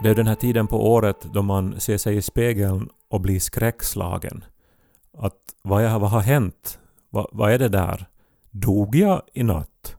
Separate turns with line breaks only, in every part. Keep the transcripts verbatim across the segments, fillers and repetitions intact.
Det är den här tiden på året då man ser sig i spegeln och blir skräckslagen. Att vad, är, vad har hänt? Vad, vad är det där? Dog jag i natt?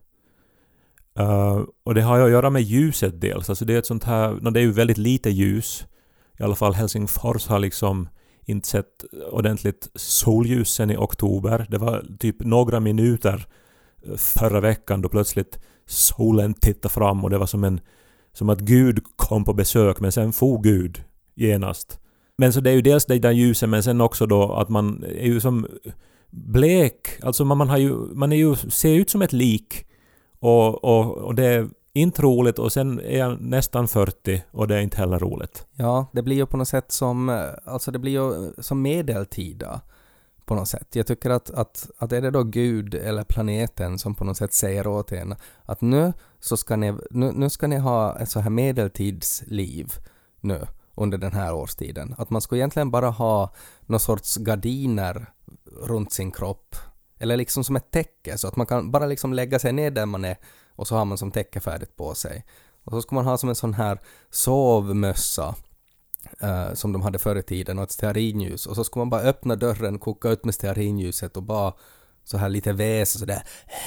Uh, och det har ju att göra med ljuset dels. Alltså det är ett sånt här, no, det är ju väldigt lite ljus. I alla fall Helsingfors har liksom inte sett ordentligt solljus sen i oktober. Det var typ några minuter förra veckan då plötsligt solen tittade fram och det var som en som att Gud kom på besök, men sen får Gud genast. Men så det är ju dels det där ljuset, men sen också då att man är ju som blek. Alltså man, man, har ju, man är ju, ser ut som ett lik och, och, och det är inte roligt, och sen är jag nästan fyrtio och det är inte heller roligt.
Ja, det blir ju på något sätt som, alltså det blir ju som medeltida på något sätt. Jag tycker att, att, att är det då Gud eller planeten som på något sätt säger åt en att nu så ska ni, nu, nu ska ni ha ett så här medeltidsliv nu under den här årstiden. Att man ska egentligen bara ha någon sorts gardiner runt sin kropp. Eller liksom som ett täcke, så att man kan bara liksom lägga sig ner där man är och så har man som täcke färdigt på sig. Och så ska man ha som en sån här sovmössa Uh, som de hade förr i tiden och ett stearinljus, och så ska man bara öppna dörren, koka ut med stearinljuset och bara så här lite väs och sådär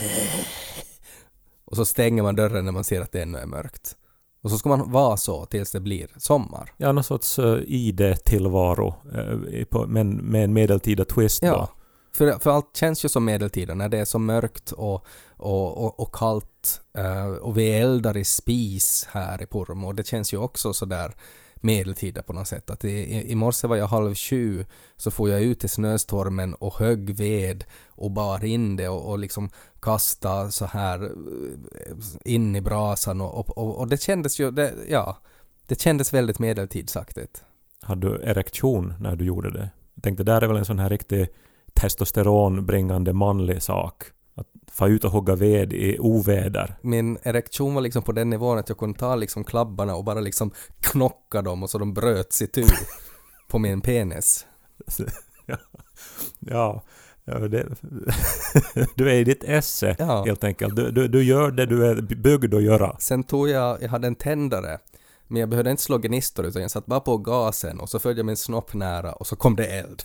och så stänger man dörren när man ser att det ännu är mörkt, och så ska man vara så tills det blir sommar.
Ja, någon sorts uh, I D-tillvaro uh, på, men med en medeltida twist då.
Ja, för, för allt känns ju som medeltida när det är så mörkt och, och, och, och kallt uh, och vi eldar i spis här i Pormo, och det känns ju också så där medeltida på något sätt. Att i, i morse var jag halv tju, så får jag ut i snöstormen och högg ved och bar in det och, och liksom kasta så här in i brasan och, och, och det kändes ju, det, ja, det kändes väldigt medeltidsaktigt.
Hade du erektion när du gjorde det? Jag tänkte, där är väl en sån här riktig testosteronbringande manlig sak. Att få ut och hugga ved i oväder.
Min erektion var liksom på den nivån att jag kunde ta liksom klabbarna och bara liksom knocka dem och så de bröts i tur på min penis.
Ja, ja, ja det, du är i ditt esse ja. Helt enkelt. Du, du, du gör det du är byggd att göra.
Sen tog jag, jag hade en tändare, men jag behövde inte slå gnistor utan jag satt bara på gasen och så följde jag min snopp nära och så kom det eld.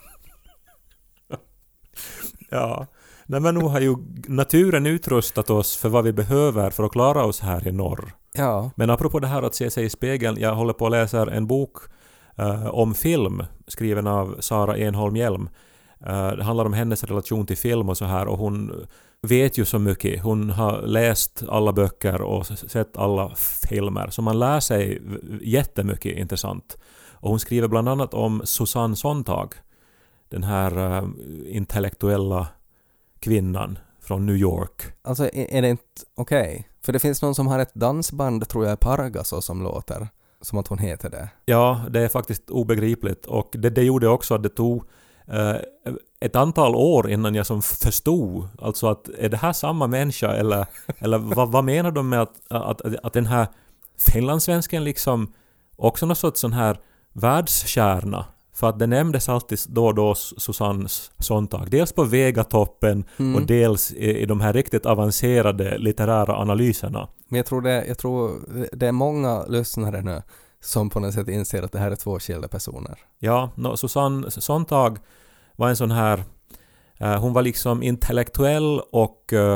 Ja. Nej, men nu har ju naturen utrustat oss för vad vi behöver för att klara oss här i norr.
Ja.
Men apropå det här att se sig i spegeln, jag håller på att läsa en bok uh, om film skriven av Sara Enholm Hjelm. Uh, det handlar om hennes relation till film och så här, och hon vet ju så mycket. Hon har läst alla böcker och sett alla filmer, så man lär sig jättemycket intressant. Och hon skriver bland annat om Susanne Sontag, den här uh, intellektuella kvinnan från New York.
Alltså är det inte okej? Okay? För det finns någon som har ett dansband, tror jag, Pargaso, som låter som att hon heter det.
Ja, det är faktiskt obegripligt. Och det, det gjorde också att det tog eh, ett antal år innan jag som förstod. Alltså att är det här samma människa? Eller, eller vad, vad menar de med att, att, att, att den här finlandssvensken liksom också någon sorts sån här världskärna? För att det nämndes alltid då och då Susanne Sontag. Dels på Vegatoppen mm. och dels i, i de här riktigt avancerade litterära analyserna.
Men jag tror, det, jag tror det är många lyssnare nu som på något sätt inser att det här är två skilda personer.
Ja, no, Susanne Sontag var en sån här... Uh, hon var liksom intellektuell och uh,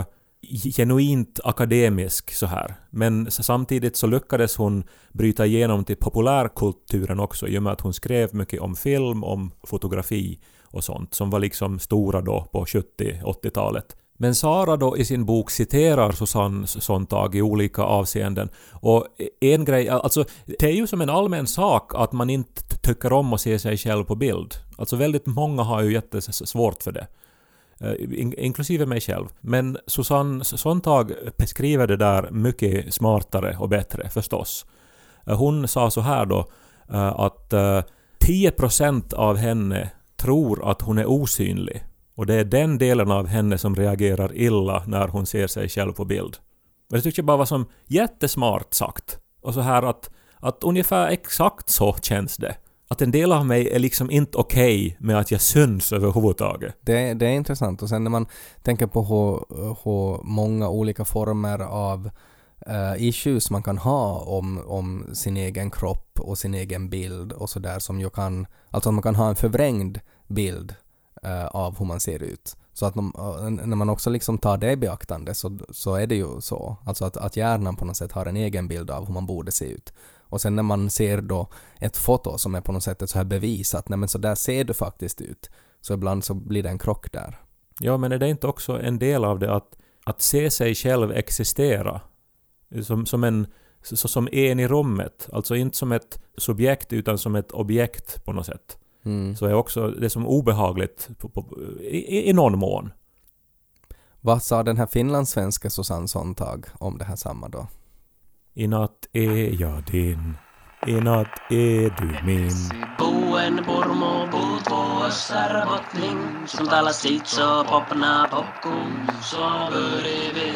genuint akademisk så här. Men samtidigt så lyckades hon bryta igenom till populärkulturen också, i och med att hon skrev mycket om film, om fotografi och sånt som var liksom stora då på sjuttio-åttiotalet. Men Sara då i sin bok citerar Susanne Sontag i olika avseenden. Och en grej, alltså det är ju som en allmän sak att man inte tycker om att se sig själv på bild. Alltså väldigt många har ju jättesvårt för det. Inklusive mig själv. Men Susanne Sontag beskriver det där mycket smartare och bättre förstås. Hon sa så här då att tio procent av henne tror att hon är osynlig. Och det är den delen av henne som reagerar illa när hon ser sig själv på bild. Men det tycker jag bara var som jättesmart sagt. Och så här att, att ungefär exakt så känns det. Att en del av mig är liksom inte okej okay med att jag syns överhuvudtaget.
Det, det är intressant. Och sen när man tänker på hur, hur många olika former av uh, issues man kan ha om, om sin egen kropp och sin egen bild och sådär, som ju kan, alltså man kan ha en förvrängd bild uh, av hur man ser ut. Så att uh, när man också liksom tar det i beaktande så, så är det ju så. Alltså att, att hjärnan på något sätt har en egen bild av hur man borde se ut. Och sen när man ser då ett foto som är på något sätt ett så här bevis att nej men så där ser du faktiskt ut, så ibland så blir det en krock där.
Ja, men är det inte också en del av det att, att se sig själv existera som, som, en, så, som en i rummet, alltså inte som ett subjekt utan som ett objekt på något sätt. Mm. Så är också det som obehagligt på, på, i, i någon mån.
Vad sa den här finlandssvenska Susanne Sontag om det här samma då?
I natt är jag din, i natt är du min.
Buen burmo puutuossa bottling, som talar sitt så popna popcorn, så bredvid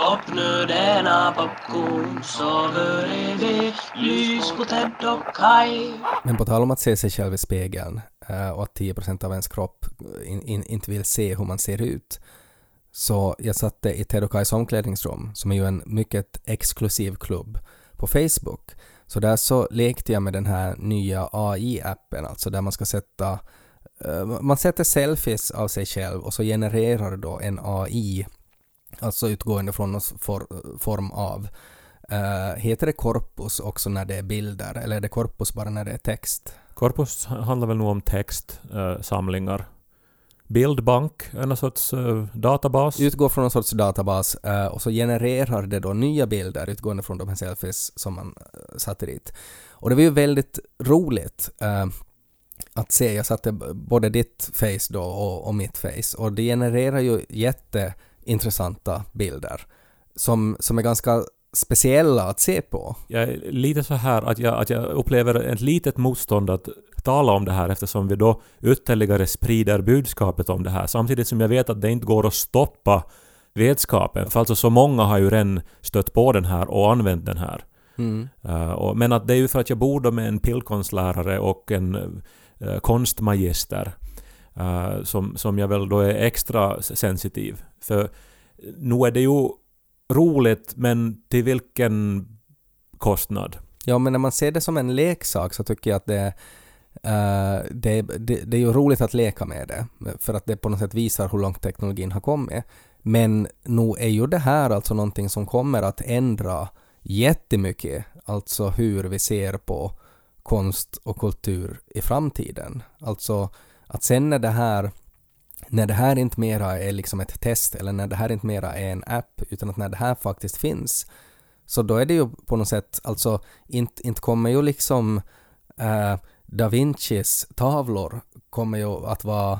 popnödena popcorn, så bredvid lys på Ted och Kai.
Men på tal om att se sig själv i spegeln och att tio procent av ens kropp in, in, inte vill se hur man ser ut, så jag satte i Ted och Kais omklädningsrum, som är ju en mycket exklusiv klubb på Facebook. Så där så lekte jag med den här nya A I-appen, alltså där man ska sätta uh, man sätter selfies av sig själv och så genererar då en A I, alltså utgående från någon for, form av uh, heter det corpus också när det är bilder, eller är det corpus bara när det är text?
Corpus handlar väl nog om textsamlingar. Uh, Bildbank, en sorts uh, databas.
Utgår från en sorts databas uh, och så genererar det då nya bilder utgående från de här selfies som man uh, satte dit. Och det var ju väldigt roligt uh, att se. Jag satte både ditt face då och, och mitt face, och det genererar ju jätteintressanta bilder som, som är ganska speciella att se på.
Jag är lite så här att jag, att jag upplever ett litet motstånd att tala om det här, eftersom vi då ytterligare sprider budskapet om det här. Samtidigt som jag vet att det inte går att stoppa vetskapen. För alltså så många har ju redan stött på den här och använt den här. Mm. Uh, och, men att det är ju för att jag bor då med en pillkonstlärare och en uh, konstmagister uh, som, som jag väl då är extra sensitiv. För nu är det ju roligt, men till vilken kostnad?
Ja, men när man ser det som en leksak så tycker jag att det, uh, det, det, det är ju roligt att leka med det. För att det på något sätt visar hur långt teknologin har kommit. Men nu är ju det här alltså någonting som kommer att ändra jättemycket. Alltså hur vi ser på konst och kultur i framtiden. Alltså att sen när det här när det här inte mera är liksom ett test, eller när det här inte mera är en app, utan att när det här faktiskt finns, så då är det ju på något sätt, alltså inte, inte kommer ju liksom äh, Da Vincis tavlor kommer ju att vara,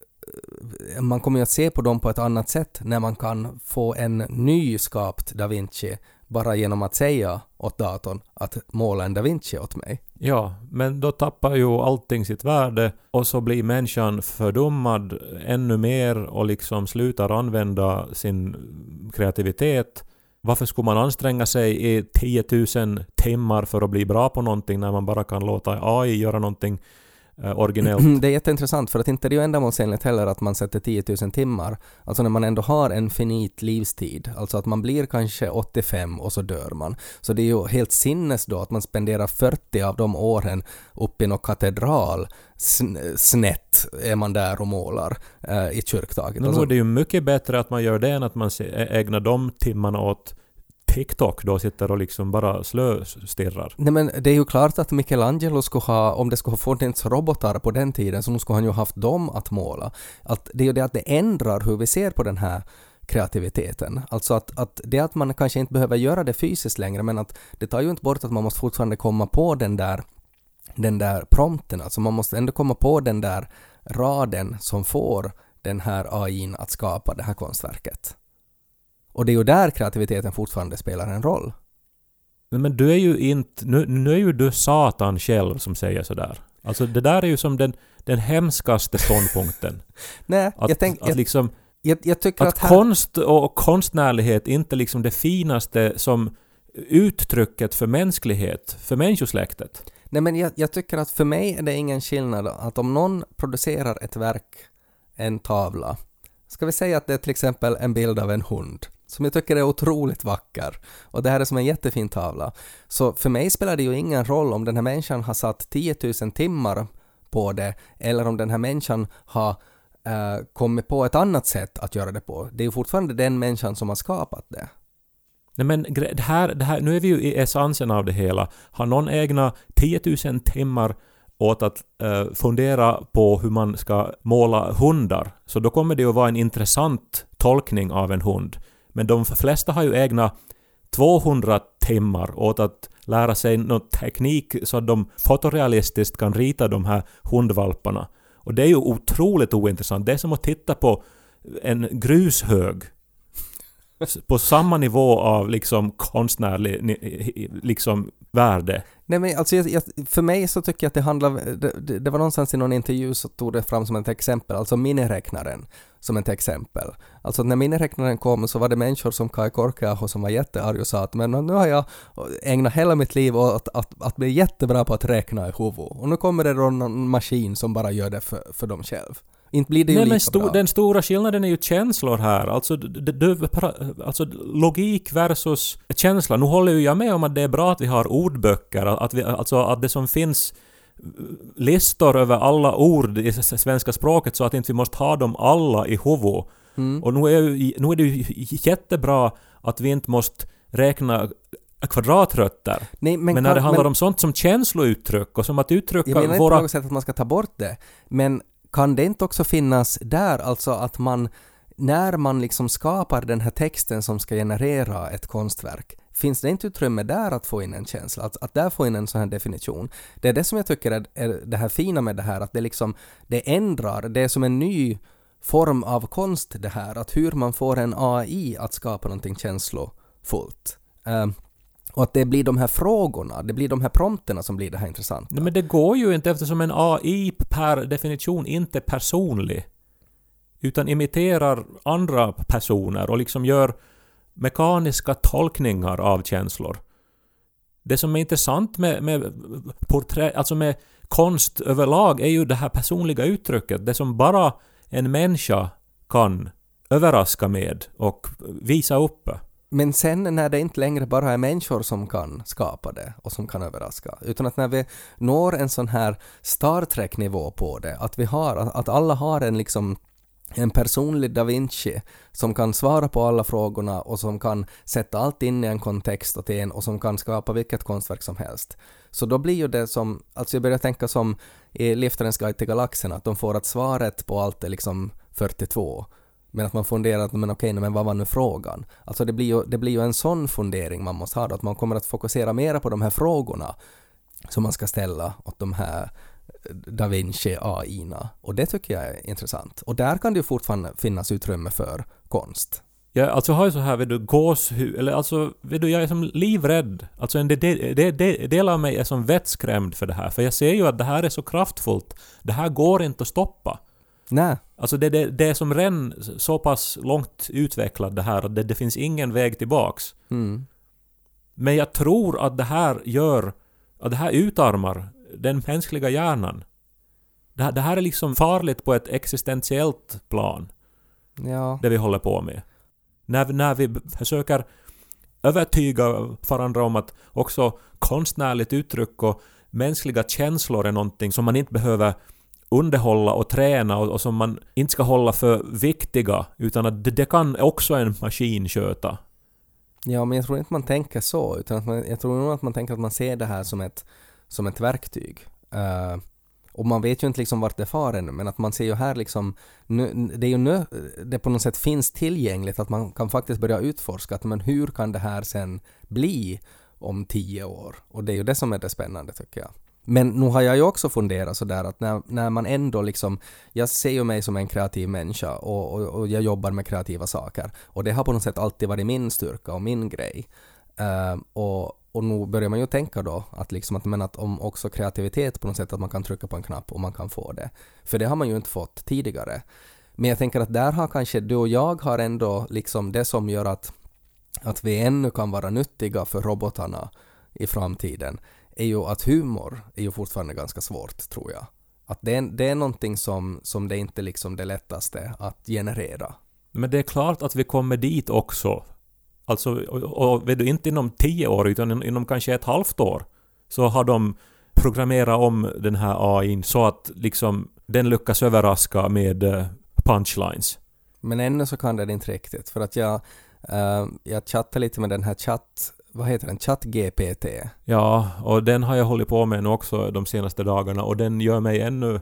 man kommer ju att se på dem på ett annat sätt när man kan få en nyskapt Da Vinci bara genom att säga åt datorn att måla en Da Vinci åt mig.
Ja, men då tappar ju allting sitt värde och så blir människan fördummad ännu mer och liksom slutar använda sin kreativitet. Varför skulle man anstränga sig i tio tusen timmar för att bli bra på någonting när man bara kan låta A I göra någonting eh, originellt?
Det är jätteintressant, för att inte det är ju ändamålsenligt heller att man sätter tio tusen timmar. Alltså när man ändå har en finit livstid. Alltså att man blir kanske åttiofem och så dör man. Så det är ju helt sinnes då att man spenderar fyrtio av de åren uppe i någon katedral. Snett är man där och målar eh, i kyrktaget.
Nu
alltså,
är det ju mycket bättre att man gör det än att man ägnar de timmarna åt TikTok då, sitter och liksom bara slöstirrar.
Nej, men det är ju klart att Michelangelo skulle ha, om det skulle ha funnits robotar på den tiden, så skulle han ju haft dem att måla. Att det är ju det att det ändrar hur vi ser på den här kreativiteten. Alltså att, att det att man kanske inte behöver göra det fysiskt längre, men att det tar ju inte bort att man måste fortfarande komma på den där den där prompten. Alltså man måste ändå komma på den där raden som får den här A I:n att skapa det här konstverket. Och det är ju där kreativiteten fortfarande spelar en roll.
Men du är ju inte, nu, nu är ju du Satan själv som säger sådär. Alltså det där är ju som den, den hemskaste ståndpunkten.
Nej,
att,
jag tänker...
Att liksom,
jag, jag tycker
att,
att här...
konst och konstnärlighet inte liksom det finaste som uttrycket för mänsklighet, för människosläktet.
Nej, men jag, jag tycker att för mig är det ingen skillnad att om någon producerar ett verk, en tavla, ska vi säga att det är till exempel en bild av en hund som jag tycker är otroligt vacker. Och det här är som en jättefin tavla. Så för mig spelar det ju ingen roll om den här människan har satt tio tusen timmar på det eller om den här människan har uh, kommit på ett annat sätt att göra det på. Det är ju fortfarande den människan som har skapat det.
Nej, men det här, det här, nu är vi ju i essensen av det hela. Har någon egna tio tusen timmar åt att uh, fundera på hur man ska måla hundar, så då kommer det ju vara en intressant tolkning av en hund. Men de flesta har ju egna tvåhundra timmar åt att lära sig någon teknik så att de fotorealistiskt kan rita de här hundvalparna. Och det är ju otroligt ointressant. Det är som att titta på en grushög på samma nivå av liksom konstnärlig liksom värde.
Nej, men alltså jag, jag, för mig så tycker jag att det handlar, det, det var någonstans i någon intervju så tog det fram som ett exempel, alltså miniräknaren som ett exempel. Alltså när miniräknaren kom så var det människor som Kai Korkeaho som var jättearg och sa att men nu har jag ägnat hela mitt liv åt att, att, att bli jättebra på att räkna i huvud. Och nu kommer det då någon maskin som bara gör det för, för dem själv. Inte blir det ju
Nej,
lika
men sto-
bra.
Den stora skillnaden är ju känslor här. Alltså, det, det, alltså logik versus känsla. Nu håller ju jag med om att det är bra att vi har ordböcker. Att, vi, alltså, att det som finns listor över alla ord i svenska språket så att inte vi måste ha dem alla i huvudet. Mm. Och nu är, ju, nu är det ju jättebra att vi inte måste räkna kvadratrötter. Nej, men, men när kan, det handlar men, om sånt som känslouttryck och som att uttrycka
jag menar
våra...
inte på något sätt att man ska ta bort det. Men kan det inte också finnas där, alltså att man, när man liksom skapar den här texten som ska generera ett konstverk, finns det inte utrymme där att få in en känsla, att, att där få in en sån här definition? Det är det som jag tycker är, är det här fina med det här, att det liksom, det ändrar, det är som en ny form av konst det här, att hur man får en A I att skapa någonting känslofullt. Um, Och att det blir de här frågorna, det blir de här prompterna som blir det här intressanta.
Nej, men det går ju inte eftersom en A I per definition inte är personlig. Utan imiterar andra personer och liksom gör mekaniska tolkningar av känslor. Det som är intressant med, med, porträ, alltså med konst överlag är ju det här personliga uttrycket. Det som bara en människa kan överraska med och visa upp.
Men sen när det inte längre bara är människor som kan skapa det och som kan överraska, utan att när vi når en sån här Star Trek-nivå på det, att vi har, att alla har en liksom en personlig Da Vinci som kan svara på alla frågorna och som kan sätta allt in i en kontext åt en och som kan skapa vilket konstverk som helst. Så då blir ju det som, alltså jag börjar tänka som i Liftarens guide till galaxen, att de får att svaret på allt är liksom fyrtiotvå. Men att man funderar, men okej, men vad var nu frågan? Alltså det blir ju, det blir ju en sån fundering man måste ha då, att man kommer att fokusera mer på de här frågorna som man ska ställa åt de här Da Vinci A I-na. Och det tycker jag är intressant. Och där kan det ju fortfarande finnas utrymme för konst.
Ja, alltså har jag så här, vet du, gåshud, eller alltså, vet du, jag är som livrädd. Alltså en del, del, del, del av mig är som vettskrämd för det här. För jag ser ju att det här är så kraftfullt. Det här går inte att stoppa.
Nej.
Alltså det, det, det är som redan så pass långt utvecklat det här att det, det finns ingen väg tillbaks.
Mm.
Men jag tror att det här gör, att det här utarmar den mänskliga hjärnan. Det här, det här är liksom farligt på ett existentiellt plan.
Ja.
Det vi håller på med. När, när vi försöker övertyga varandra om att också konstnärligt uttryck och mänskliga känslor är någonting som man inte behöver underhålla och träna och, och som man inte ska hålla för viktiga, utan att det, det kan också en maskin sköta.
Ja, men jag tror inte man tänker så, utan att man, jag tror nog att man tänker att man ser det här som ett, som ett verktyg. Uh, och man vet ju inte liksom vart det far ännu, men att man ser ju här liksom, nu, det är ju nu det på något sätt finns tillgängligt att man kan faktiskt börja utforska att men hur kan det här sen bli om tio år? Och det är ju det som är det spännande, tycker jag. Men nu har jag ju också funderat sådär att när, när man ändå liksom, jag ser ju mig som en kreativ människa och, och, och jag jobbar med kreativa saker och det har på något sätt alltid varit min styrka och min grej. Uh, och, och nu börjar man ju tänka då att, liksom att, men att om också kreativitet på något sätt, att man kan trycka på en knapp och man kan få det. För det har man ju inte fått tidigare. Men jag tänker att där har kanske du och jag har ändå liksom det som gör att, att vi ännu kan vara nyttiga för robotarna i framtiden är ju att humor är ju fortfarande ganska svårt, tror jag. Att det är, det är någonting som, som det inte liksom det lättaste att generera.
Men det är klart att vi kommer dit också. alltså, och, och vet du, inte inom tio år utan inom kanske ett halvt år så har de programmerat om den här A I så att liksom den lyckas överraska med uh, punchlines.
Men ännu så kan det inte riktigt, för att jag, uh, jag chattar lite med den här chatt, vad heter den? ChatGPT.
Ja, och den har jag hållit på med nu också de senaste dagarna och den gör mig ännu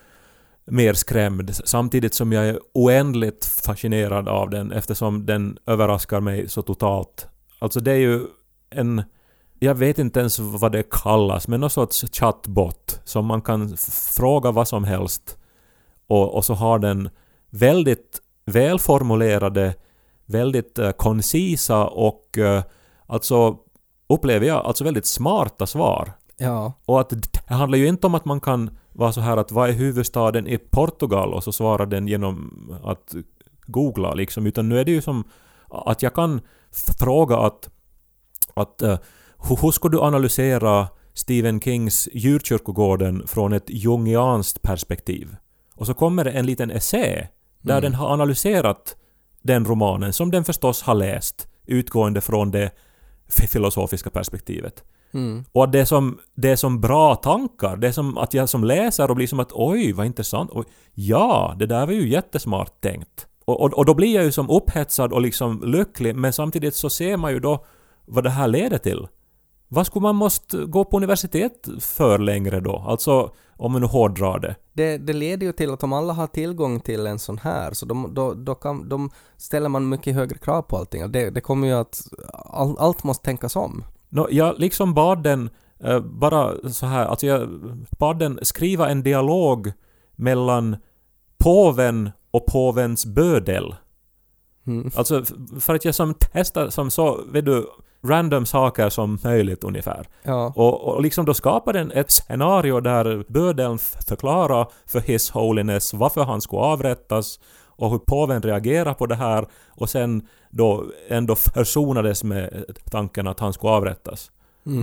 mer skrämd samtidigt som jag är oändligt fascinerad av den eftersom den överraskar mig så totalt. Alltså det är ju en, jag vet inte ens vad det kallas, men någon sorts chatbot som man kan f- fråga vad som helst och, och så har den väldigt välformulerade, väldigt uh, koncisa och uh, alltså upplever jag alltså väldigt smarta svar.
Ja.
Och att det handlar ju inte om att man kan vara så här att vad är huvudstaden i Portugal och så svarar den genom att googla liksom, utan nu är det ju som att jag kan f- fråga att, att uh, hur, hur ska du analysera Stephen Kings Djurkyrkogården från ett jungianskt perspektiv? Och så kommer det en liten essä där mm. den har analyserat den romanen som den förstås har läst utgående från det filosofiska perspektivet. Mm. Och att det är, som, det är som bra tankar. Det är som att jag som läser och blir som att oj, vad intressant. Oj, ja, det där var ju jättesmart tänkt. Och, och, och då blir jag ju som upphetsad och liksom lycklig, men samtidigt så ser man ju då vad det här leder till. Vad skulle man måste gå på universitet för längre då? Alltså, om man nu hårdrar det.
Det, det leder ju till att om alla har tillgång till en sån här så de, då, då kan, de ställer man mycket högre krav på allting. Det, det kommer ju att all, allt måste tänkas om.
No, jag liksom bad den uh, bara så här, alltså jag bad den skriva en dialog mellan påven och påvens bödel. Mm. Alltså för att jag som testar som så, vet du, random saker som möjligt ungefär.
Ja.
Och, och liksom då skapar den ett scenario där bödeln förklarar för His Holiness varför han skulle avrättas och hur påven reagerar på det här och sen då ändå försonades med tanken att han skulle avrättas. Mm.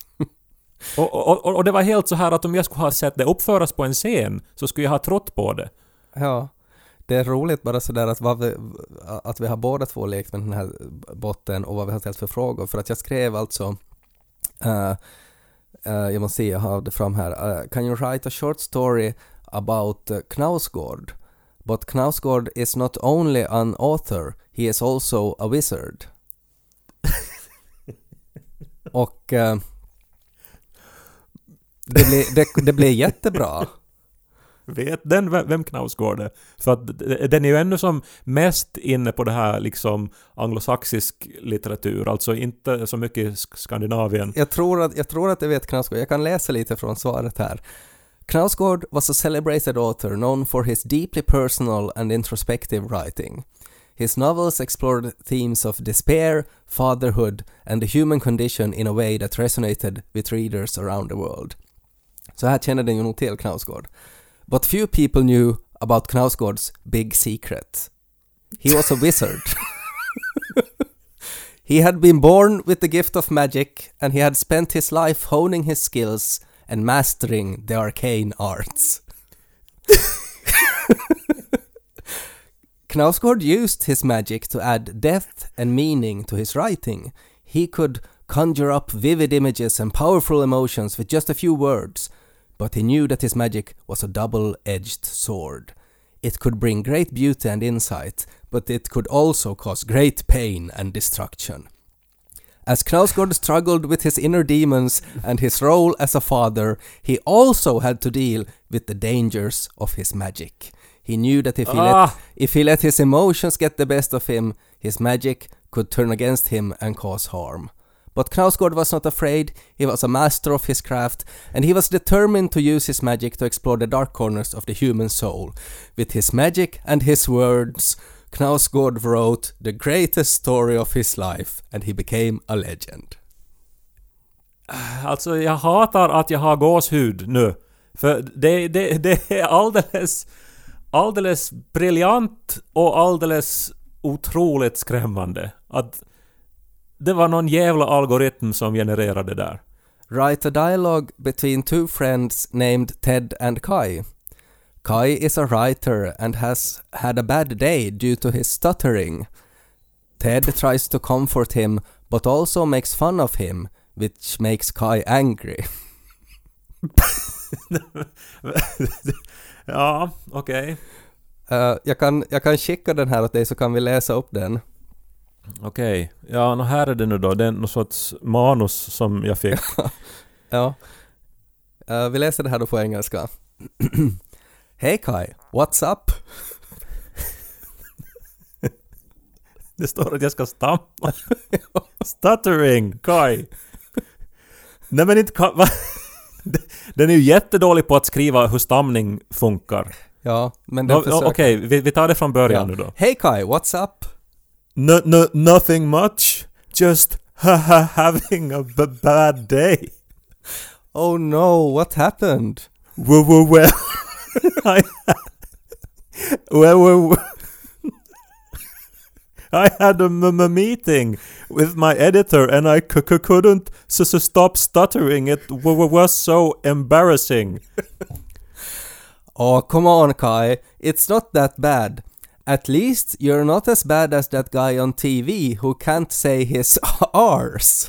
och, och, och det var helt så här att om jag skulle ha sett det uppföras på en scen så skulle jag ha trott på det.
Ja. Det är roligt bara sådär att, vad vi, att vi har båda två lekt med den här botten och vad vi har ställt för frågor. För att jag skrev alltså, uh, uh, jag måste se, jag har det fram här. Uh, can you write a short story about uh, Knausgård? But Knausgård is not only an author, he is also a wizard. och uh, det, blev, det, det blev jättebra.
Vet den vem Knausgård är? För att den är ju ännu som mest inne på det här liksom anglosaxisk litteratur, alltså inte så mycket i Skandinavien.
Jag tror att jag tror att jag vet Knausgård. Jag kan läsa lite från svaret här. Knausgård was a celebrated author known for his deeply personal and introspective writing. His novels explored themes of despair, fatherhood and the human condition in a way that resonated with readers around the world. Så här känner den ju nog till Knausgård. But few people knew about Knausgård's big secret. He was a wizard. He had been born with the gift of magic and he had spent his life honing his skills and mastering the arcane arts. Knausgård used his magic to add depth and meaning to his writing. He could conjure up vivid images and powerful emotions with just a few words. But he knew that his magic was a double-edged sword. It could bring great beauty and insight, but it could also cause great pain and destruction. As Knausgård struggled with his inner demons and his role as a father, he also had to deal with the dangers of his magic. He knew that if he, ah. let, if he let his emotions get the best of him, his magic could turn against him and cause harm. But Knausgård was not afraid, he was a master of his craft, and he was determined to use his magic to explore the dark corners of the human soul. With his magic and his words, Knausgård wrote the greatest story of his life, and he became a legend.
Alltså, jag hatar att jag har gåshud nu. För det, det, det är alldeles, alldeles briljant och alldeles otroligt skrämmande. Att det var någon jävla algoritm som genererade det där.
Write a dialogue between two friends named Ted and Kai. Kai is a writer and has had a bad day due to his stuttering. Ted tries to comfort him but also makes fun of him, which makes Kai angry.
Ja, okej.
Okay. Uh, jag, kan, jag kan skicka den här åt dig så kan vi läsa upp den.
Okej. Okay. Ja, no, här är det nu då. Det är någon sorts manus som jag fick.
Ja. Uh, vi läser det här då på engelska. Hey Kai, what's up?
Det står att jag ska stamma. Stuttering, Kai. Nej men inte... Va? Den är ju jättedålig på att skriva hur stamning funkar.
Ja, men den
no,
försöker...
Okej, okay, vi, vi tar det från början ja. nu då.
Hey Kai, what's up?
No, no, nothing much. Just ha, ha, having a b- bad day.
Oh no, what happened?
Well, well, well. I, well, well, I had a m- m- meeting with my editor and I c- c- couldn't s- s- stop stuttering. It w- w- was so embarrassing.
Oh, come on, Kai. It's not that bad. At least you're not as bad as that guy on T V who can't say his R's.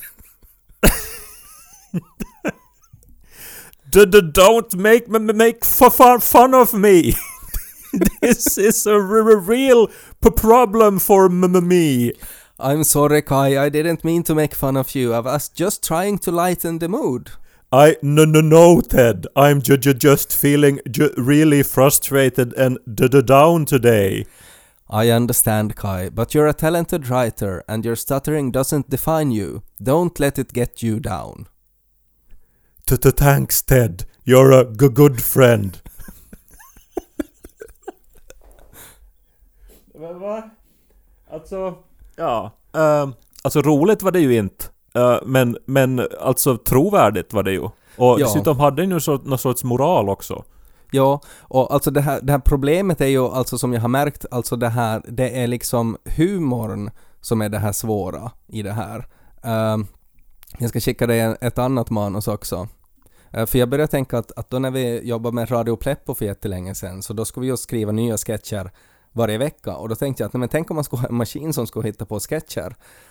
Don't make m- make f- fun of me. This is a r- real p- problem for m- me.
I'm sorry, Kai. I didn't mean to make fun of you. I was just trying to lighten the mood.
I no no no Ted. I'm ju- ju- just feeling ju- really frustrated and d- d- down today.
I understand, Kai, but you're a talented writer and your stuttering doesn't define you. Don't let it get you down.
Thanks, Ted. You're a g- good friend. Men va? Alltså, ja. Um, alltså roligt var det ju inte. Uh, men, men alltså trovärdigt var det ju. Och
ja.
dessutom hade ju så, någon sorts moral också.
Ja, och alltså det här, det här problemet är ju alltså som jag har märkt, alltså det här, det är liksom humorn som är det här svåra i det här. Uh, jag ska skicka dig ett annat manus också. Uh, för jag började tänka att, att då när vi jobbar med Radio Pleppo för jättelänge sedan, så då ska vi ju skriva nya sketcher varje vecka. Och då tänkte jag att men tänk om man skulle ha en maskin som skulle hitta på sketcher.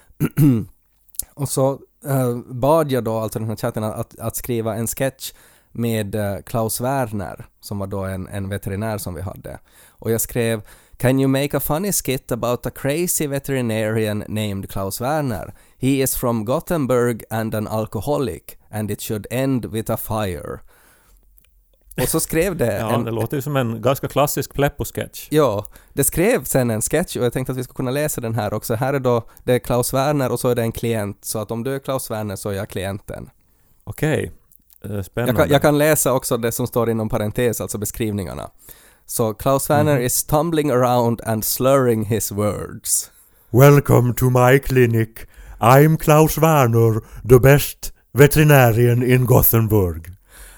Och så uh, bad jag då alltså den här chatten att, att skriva en sketch med uh, Klaus Werner som var då en, en veterinär som vi hade. Och jag skrev: Can you make a funny skit about a crazy veterinarian named Klaus Werner? He is from Gothenburg and an alcoholic and it should end with a fire. Och så skrev det...
Ja,
en,
det låter ju som en ganska klassisk Pleppo-sketch.
Ja, det skrev sen en sketch och jag tänkte att vi skulle kunna läsa den här också. Här är då, det är Klaus Werner och så är det en klient. Så att om du är Klaus Werner så är jag klienten.
Okej, okay. Spännande.
Jag kan, jag kan läsa också det som står inom parentes, alltså beskrivningarna. Så Klaus Werner mm-hmm. is tumbling around and slurring his words.
Welcome to my clinic. I'm Klaus Werner, the best veterinarian in Gothenburg.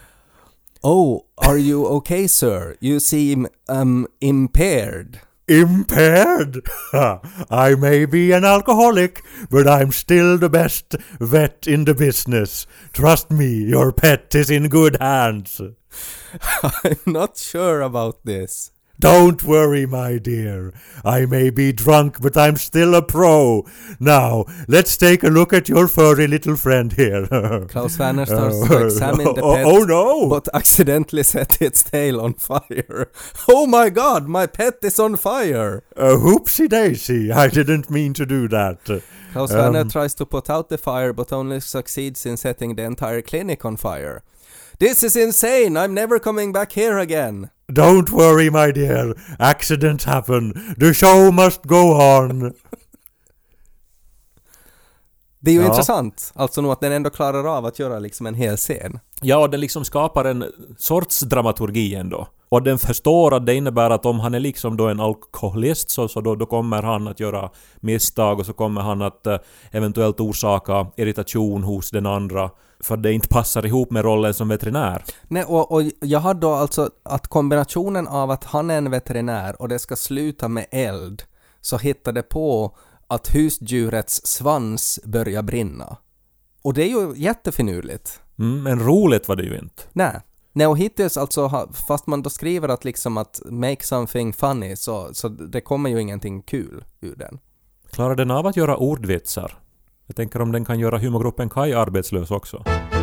Oh, are you okay, sir? You seem um impaired.
Impaired? I may be an alcoholic, but I'm still the best vet in the business. Trust me, your pet is in good hands.
I'm not sure about this.
Don't worry, my dear. I may be drunk, but I'm still a pro. Now, let's take a look at your furry little friend here.
Klaus Werner starts to examine the
oh,
pet,
oh no!
but accidentally set its tail on fire. Oh my god, my pet is on fire!
Uh, Whoopsie daisy, I didn't mean to do that.
Klaus um, Werner tries to put out the fire, but only succeeds in setting the entire clinic on fire. This is insane! I'm never coming back here again!
Don't worry, my dear. Accidents happen. The show must go on.
Det är ju
ja.
intressant. Alltså nog att den ändå klarar av att göra liksom en hel scen.
Ja, den liksom skapar en sorts dramaturgi ändå. Och den förstår att det innebär att om han är liksom då en alkoholist så, så då, då kommer han att göra misstag och så kommer han att eh, eventuellt orsaka irritation hos den andra för det inte passar ihop med rollen som veterinär.
Nej, och, och jag har då alltså att kombinationen av att han är en veterinär och det ska sluta med eld så hittar det på att husdjurets svans börjar brinna. Och det är ju jättefinurligt.
Mm, men roligt var det ju inte.
Nej. Nej, och hittills alltså, fast man då skriver att liksom att make something funny så, så det kommer ju ingenting kul ur den.
Klarar den av att göra ordvitsar? Jag tänker om den kan göra humorgruppen Kai arbetslös också.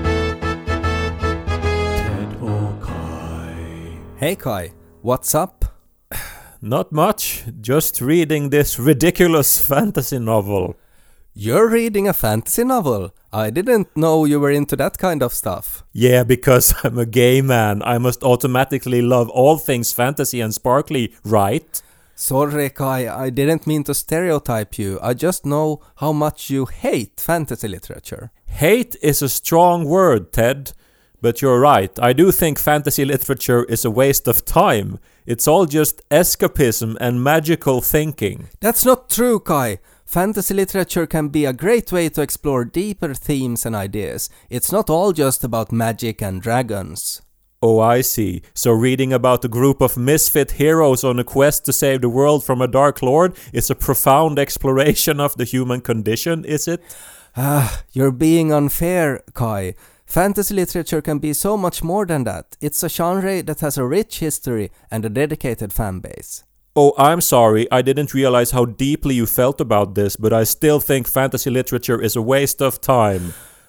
Ted och Kai.
Hej Kai, what's up?
Not much, just reading this ridiculous fantasy novel.
You're reading a fantasy novel? I didn't know you were into that kind of stuff.
Yeah, because I'm a gay man, I must automatically love all things fantasy and sparkly, right?
Sorry Kai, I didn't mean to stereotype you. I just know how much you hate fantasy literature.
Hate is a strong word, Ted. But you're right, I do think fantasy literature is a waste of time. It's all just escapism and magical thinking.
That's not true, Kai. Fantasy literature can be a great way to explore deeper themes and ideas. It's not all just about magic and dragons.
Oh, I see. So reading about a group of misfit heroes on a quest to save the world from a dark lord is a profound exploration of the human condition, is it?
Ah, you're being unfair, Kai. Fantasy literature can be so much more than that. It's a genre that has a rich history and a dedicated fan base.
Oh, I'm sorry, I didn't realize how deeply you felt about this, but I still think fantasy literature is a waste of time.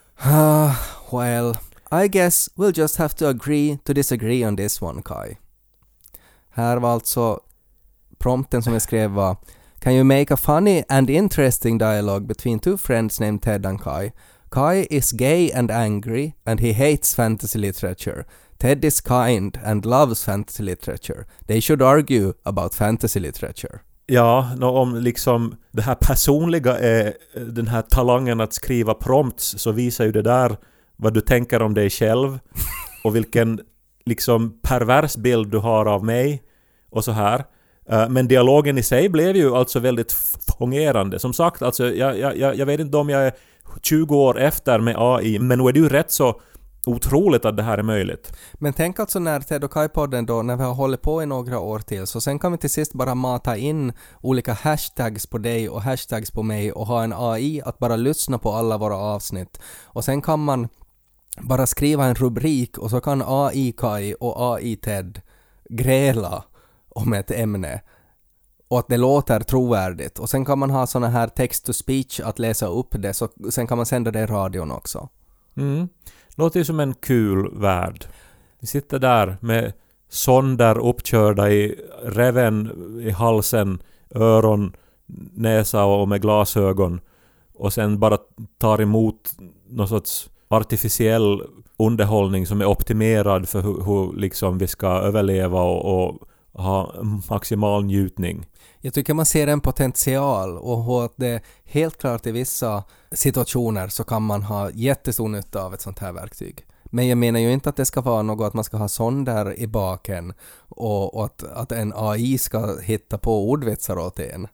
Ah, well, I guess we'll just have to agree to disagree on this one, Kai. Här var alltså prompten som jag skrev var: Can you make a funny and interesting dialogue between two friends named Ted and Kai? Kai is gay and angry, and he hates fantasy literature. Ted is kind and loves fantasy literature. They should argue about fantasy literature.
Ja, om liksom det här personliga är den här talangen att skriva prompts, så visar ju det där vad du tänker om dig själv och vilken liksom pervers bild du har av mig och så här. Men dialogen i sig blev ju alltså väldigt fungerande. Som sagt, alltså, jag, jag, jag vet inte om jag är tjugo år efter med A I, men nu är det ju rätt så otroligt att det här är möjligt.
Men tänk alltså när Ted och Kai-podden då, när vi har hållit på i några år till, så sen kan vi till sist bara mata in olika hashtags på dig och hashtags på mig och ha en A I att bara lyssna på alla våra avsnitt. Och sen kan man bara skriva en rubrik och så kan A I Kai och A I Ted gräla om ett ämne och att det låter trovärdigt. Och sen kan man ha såna här text-to-speech att läsa upp det, så sen kan man sända det i radion också.
Mm. Låter ju som en kul värld. Vi sitter där med sonder uppkörda i reven, i halsen, öron, näsa och med glasögon. Och sen bara tar emot någon sorts artificiell underhållning som är optimerad för hur, hur liksom vi ska överleva och, och ha maximal njutning.
Jag tycker man ser en potential och att det helt klart i vissa situationer så kan man ha jättestor nytta av ett sånt här verktyg. Men jag menar ju inte att det ska vara något att man ska ha sonder i baken och, och att, att en A I ska hitta på ordvitsar åt en.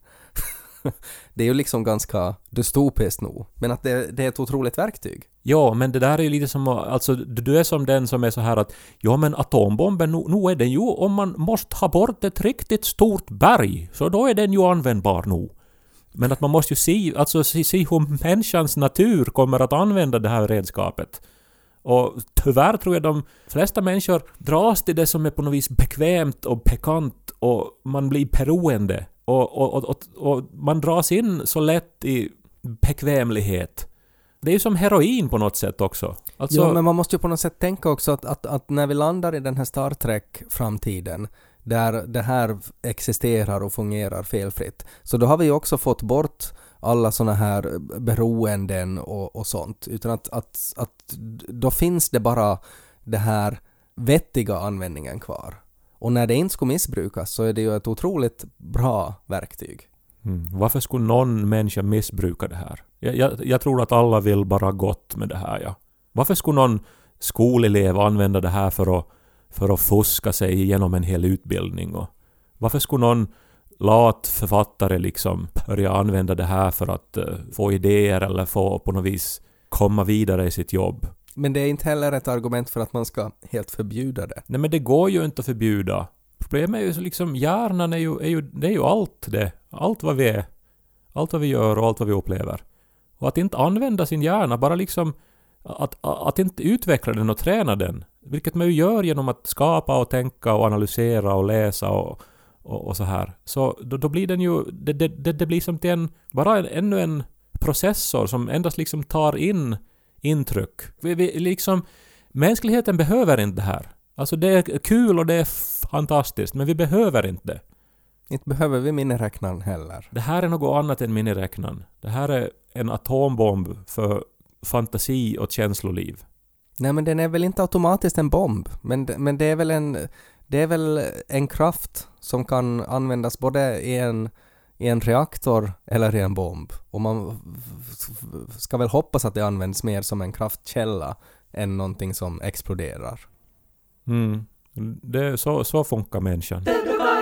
Det är ju liksom ganska dystopiskt nog. Men att det, det är ett otroligt verktyg.
Ja, men det där är ju lite som, alltså du är som den som är så här att ja, men atombomben, nu, nu är den ju, om man måste ha bort ett riktigt stort berg, så då är den ju användbar nu. Men att man måste ju se, alltså se, se hur människans natur kommer att använda det här redskapet. Och tyvärr tror jag de flesta människor dras till det som är på något vis bekvämt och bekant och man blir beroende. Och, och, och, och man dras in så lätt i bekvämlighet. Det är ju som heroin på något sätt också. Alltså,
ja, men man måste ju på något sätt tänka också att, att, att när vi landar i den här Star Trek-framtiden där det här existerar och fungerar felfritt, så då har vi ju också fått bort alla såna här beroenden och, och sånt. Utan att, att, att då finns det bara det här vettiga användningen kvar. Och när det inte ska missbrukas så är det ju ett otroligt bra verktyg.
Mm. Varför skulle någon människa missbruka det här? Jag, jag, jag tror att alla vill bara gott med det här. Ja. Varför skulle någon skolelev använda det här för att, för att fuska sig igenom en hel utbildning? Och varför skulle någon lat författare liksom börja använda det här för att uh, få idéer eller få på något vis komma vidare i sitt jobb?
Men det är inte heller ett argument för att man ska helt förbjuda det.
Nej, men det går ju inte att förbjuda. Problemet är ju liksom, hjärnan är ju, är ju, det är ju allt det. Allt vad vi är. Allt vad vi gör och allt vad vi upplever. Och att inte använda sin hjärna, bara liksom att, att inte utveckla den och träna den. Vilket man ju gör genom att skapa och tänka och analysera och läsa och, och, och så här. Så då, då blir den ju, det, det, det, det blir som till en, bara en, ännu en processor som endast liksom tar in intryck. Vi, vi, liksom, mänskligheten behöver inte det här. Alltså det är kul och det är fantastiskt, men vi behöver inte det.
Inte behöver vi miniräknaren heller.
Det här är något annat än miniräknaren. Det här är en atombomb för fantasi och känsloliv.
Nej, men den är väl inte automatiskt en bomb, men, men det är väl en det är väl en kraft som kan användas både i en, i en reaktor eller i en bomb. Och man ska väl hoppas att det används mer som en kraftkälla än någonting som exploderar.
Mm. Det, så, så funkar människan.
Det brukar